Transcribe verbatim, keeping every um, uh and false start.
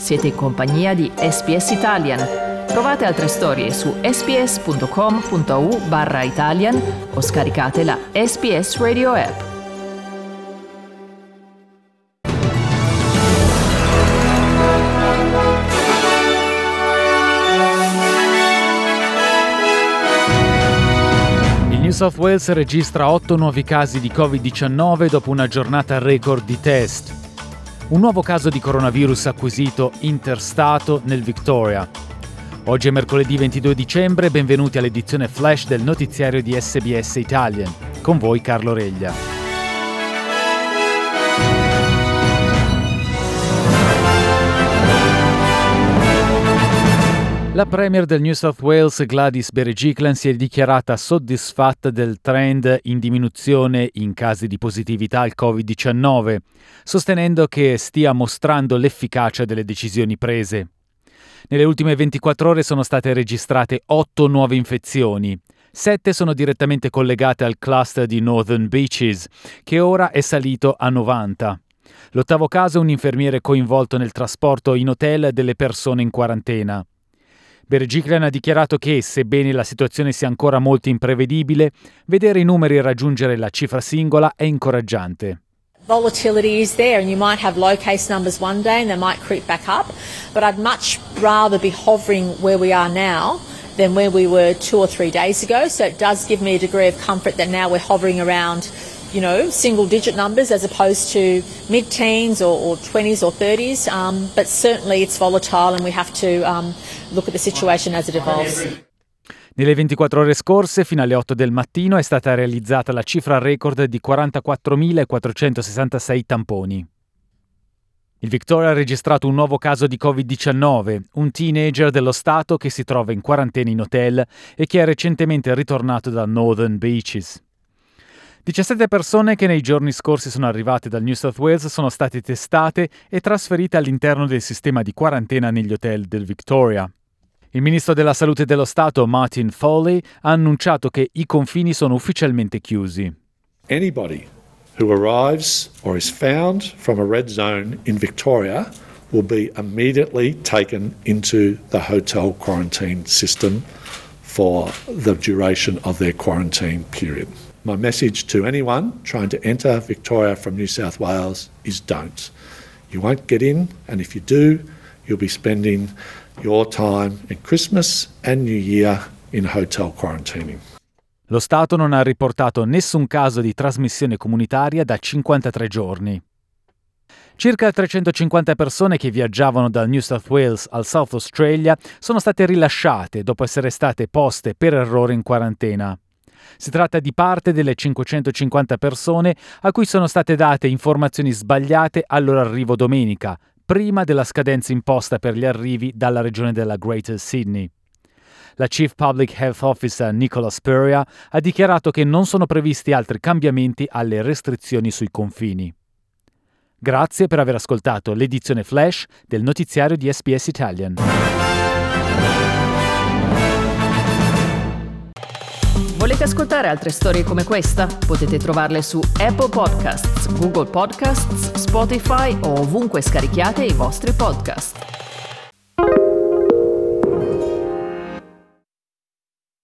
Siete in compagnia di S B S Italian. Trovate altre storie su sbs.com.au barra Italian o scaricate la S B S Radio app. New South Wales registra otto nuovi casi di covid diciannove dopo una giornata record di test. Un nuovo caso di coronavirus acquisito interstato nel Victoria. Oggi è mercoledì ventidue dicembre, benvenuti all'edizione flash del notiziario di S B S Italian. Con voi Carlo Reglia. La Premier del New South Wales, Gladys Berejiklian, si è dichiarata soddisfatta del trend in diminuzione in casi di positività al covid diciannove, sostenendo che stia mostrando l'efficacia delle decisioni prese. Nelle ultime ventiquattro ore sono state registrate otto nuove infezioni. Sette sono direttamente collegate al cluster di Northern Beaches, che ora è salito a novanta. L'ottavo caso è un infermiere coinvolto nel trasporto in hotel delle persone in quarantena. Berejiklian ha dichiarato che, sebbene la situazione sia ancora molto imprevedibile, vedere i numeri raggiungere la cifra singola è incoraggiante. Volatility is there and you might have low case numbers one day and they might creep back up, but I'd much rather be hovering where we are now than where we were two or three days ago. So it does give me a degree of comfort that now we're hovering around, you know, single digit numbers as opposed to mid-teens or, or twenties or thirties, um, but certainly it's volatile and we have to um, look at the situation as it evolves. Nelle ventiquattro ore scorse, fino alle otto del mattino, è stata realizzata la cifra record di quarantaquattromilaquattrocentosessantasei tamponi. Il Victoria ha registrato un nuovo caso di covid diciannove, un teenager dello stato che si trova in quarantena in hotel e che è recentemente ritornato da Northern Beaches. diciassette persone che nei giorni scorsi sono arrivate dal New South Wales sono state testate e trasferite all'interno del sistema di quarantena negli hotel del Victoria. Il ministro della salute dello Stato, Martin Foley, ha annunciato che i confini sono ufficialmente chiusi. Anybody who arrives or is found from a red zone in Victoria will be immediately taken into the hotel quarantine system for the duration of their quarantine period. My message to anyone trying to enter Victoria from New South Wales is don't. You won't get in, and if you do, you'll be spending your time in Christmas and New Year in hotel quarantining. Lo Stato non ha riportato nessun caso di trasmissione comunitaria da cinquantatré giorni. Circa trecentocinquanta persone che viaggiavano dal New South Wales al South Australia sono state rilasciate dopo essere state poste per errore in quarantena. Si tratta di parte delle cinquecentocinquanta persone a cui sono state date informazioni sbagliate al loro arrivo domenica, prima della scadenza imposta per gli arrivi dalla regione della Greater Sydney. La Chief Public Health Officer Nicola Spurrier ha dichiarato che non sono previsti altri cambiamenti alle restrizioni sui confini. Grazie per aver ascoltato l'edizione flash del notiziario di S B S Italian. Volete ascoltare altre storie come questa? Potete trovarle su Apple Podcasts, Google Podcasts, Spotify o ovunque scarichiate i vostri podcast.